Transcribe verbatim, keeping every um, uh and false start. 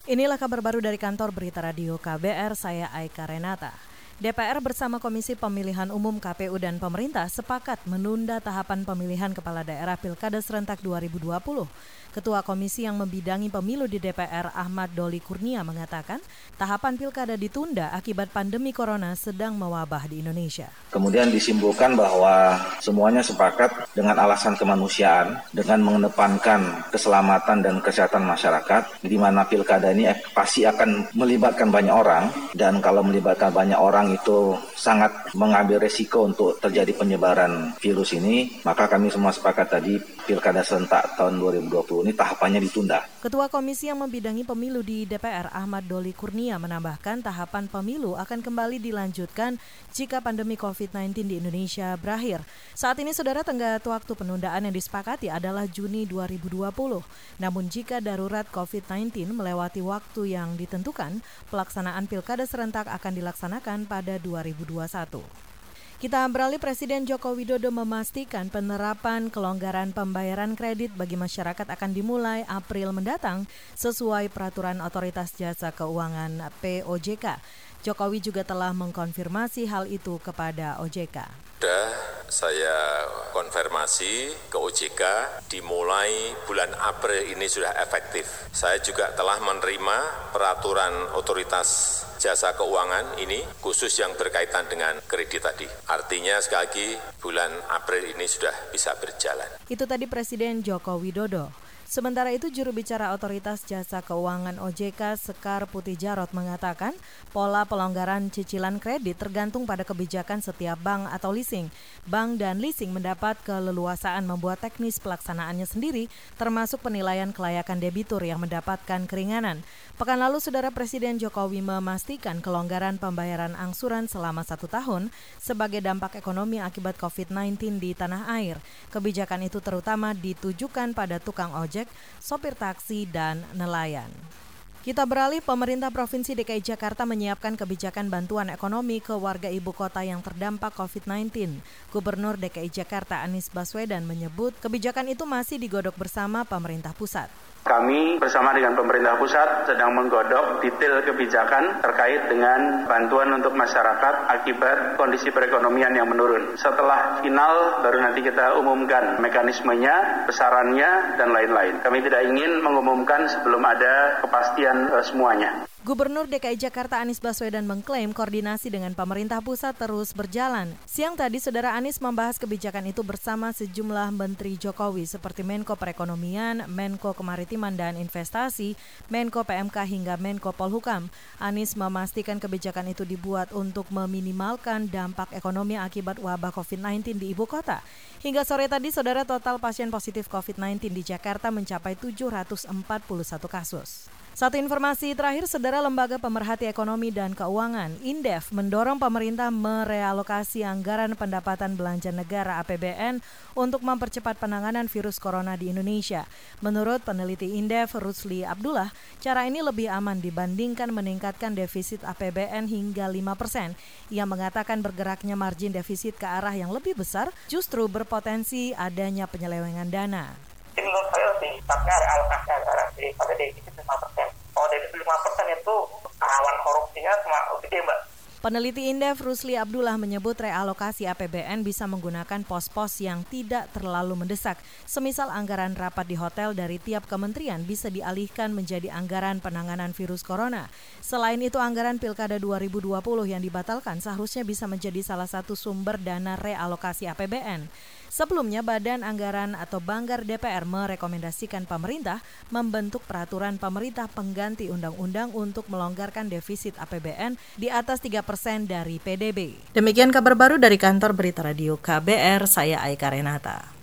Inilah kabar baru dari kantor Berita Radio K B R, saya Aika Renata. D P R bersama Komisi Pemilihan Umum K P U dan pemerintah sepakat menunda tahapan pemilihan kepala daerah Pilkada serentak dua ribu dua puluh. Ketua Komisi yang membidangi pemilu di D P R, Ahmad Doli Kurnia, mengatakan tahapan pilkada ditunda akibat pandemi corona sedang mewabah di Indonesia. Kemudian disimpulkan bahwa semuanya sepakat dengan alasan kemanusiaan, dengan mengedepankan keselamatan dan kesehatan masyarakat, di mana pilkada ini pasti akan melibatkan banyak orang, dan kalau melibatkan banyak orang itu sangat mengambil resiko untuk terjadi penyebaran virus ini, maka kami semua sepakat tadi pilkada serentak tahun dua ribu dua puluh ini tahapannya ditunda. Ketua Komisi yang membidangi pemilu di D P R, Ahmad Doli Kurnia, menambahkan tahapan pemilu akan kembali dilanjutkan jika pandemi covid sembilan belas di Indonesia berakhir. Saat ini, saudara, tenggat waktu penundaan yang disepakati adalah Juni dua ribu dua puluh. Namun jika darurat covid sembilan belas melewati waktu yang ditentukan, pelaksanaan pilkada serentak akan dilaksanakan pada dua ribu dua puluh satu. Kita beralih, Presiden Joko Widodo memastikan penerapan kelonggaran pembayaran kredit bagi masyarakat akan dimulai April mendatang sesuai peraturan Otoritas Jasa Keuangan P O J K. Jokowi juga telah mengkonfirmasi hal itu kepada O J K. Sudah saya konfirmasi ke O J K, dimulai bulan April ini sudah efektif. Saya juga telah menerima peraturan Otoritas Jasa Keuangan ini khusus yang berkaitan dengan kredit tadi. Artinya sekali lagi bulan April ini sudah bisa berjalan. Itu tadi Presiden Joko Widodo. Sementara itu, juru bicara Otoritas Jasa Keuangan O J K, Sekar Putih Jarot, mengatakan pola pelonggaran cicilan kredit tergantung pada kebijakan setiap bank atau leasing. Bank dan leasing mendapat keleluasaan membuat teknis pelaksanaannya sendiri, termasuk penilaian kelayakan debitur yang mendapatkan keringanan. Pekan lalu, saudara, Presiden Jokowi memastikan kelonggaran pembayaran angsuran selama satu tahun sebagai dampak ekonomi akibat covid sembilan belas di tanah air. Kebijakan itu terutama ditujukan pada tukang ojek, sopir taksi, dan nelayan. Kita beralih, pemerintah Provinsi D K I Jakarta menyiapkan kebijakan bantuan ekonomi ke warga ibu kota yang terdampak covid sembilan belas. Gubernur D K I Jakarta Anies Baswedan menyebut kebijakan itu masih digodok bersama pemerintah pusat. Kami bersama dengan pemerintah pusat sedang menggodok detail kebijakan terkait dengan bantuan untuk masyarakat akibat kondisi perekonomian yang menurun. Setelah final baru nanti kita umumkan mekanismenya, besarannya, dan lain-lain. Kami tidak ingin mengumumkan sebelum ada kepastian uh, semuanya. Gubernur D K I Jakarta Anies Baswedan mengklaim koordinasi dengan pemerintah pusat terus berjalan. Siang tadi, saudara, Anies membahas kebijakan itu bersama sejumlah menteri Jokowi seperti Menko Perekonomian, Menko Kemaritiman dan Investasi, Menko P M K hingga Menko Polhukam. Anies memastikan kebijakan itu dibuat untuk meminimalkan dampak ekonomi akibat wabah covid sembilan belas di ibu kota. Hingga sore tadi, saudara, total pasien positif covid sembilan belas di Jakarta mencapai tujuh ratus empat puluh satu kasus. Satu informasi terakhir, saudara, Lembaga Pemerhati Ekonomi dan Keuangan Indef mendorong pemerintah merealokasi anggaran pendapatan belanja negara A P B N untuk mempercepat penanganan virus corona di Indonesia. Menurut peneliti Indef, Rusli Abdullah, cara ini lebih aman dibandingkan meningkatkan defisit A P B N hingga lima persen. Ia mengatakan bergeraknya margin defisit ke arah yang lebih besar justru berpotensi adanya penyelewengan dana. Jadi menurut saya lebih tepatnya realokasi anggaran daripada defisit lima persen. Kalau defisit lima persen itu rawan korupsinya semakin gede, Mbak. Peneliti Indef Rusli Abdullah menyebut realokasi A P B N bisa menggunakan pos-pos yang tidak terlalu mendesak. Semisal anggaran rapat di hotel dari tiap kementerian bisa dialihkan menjadi anggaran penanganan virus corona. Selain itu, anggaran Pilkada dua ribu dua puluh yang dibatalkan seharusnya bisa menjadi salah satu sumber dana realokasi A P B N. Sebelumnya, Badan Anggaran atau Banggar D P R merekomendasikan pemerintah membentuk peraturan pemerintah pengganti undang-undang untuk melonggarkan defisit A P B N di atas tiga persen dari P D B. Demikian kabar baru dari kantor Berita Radio K B R, saya Aika Renata.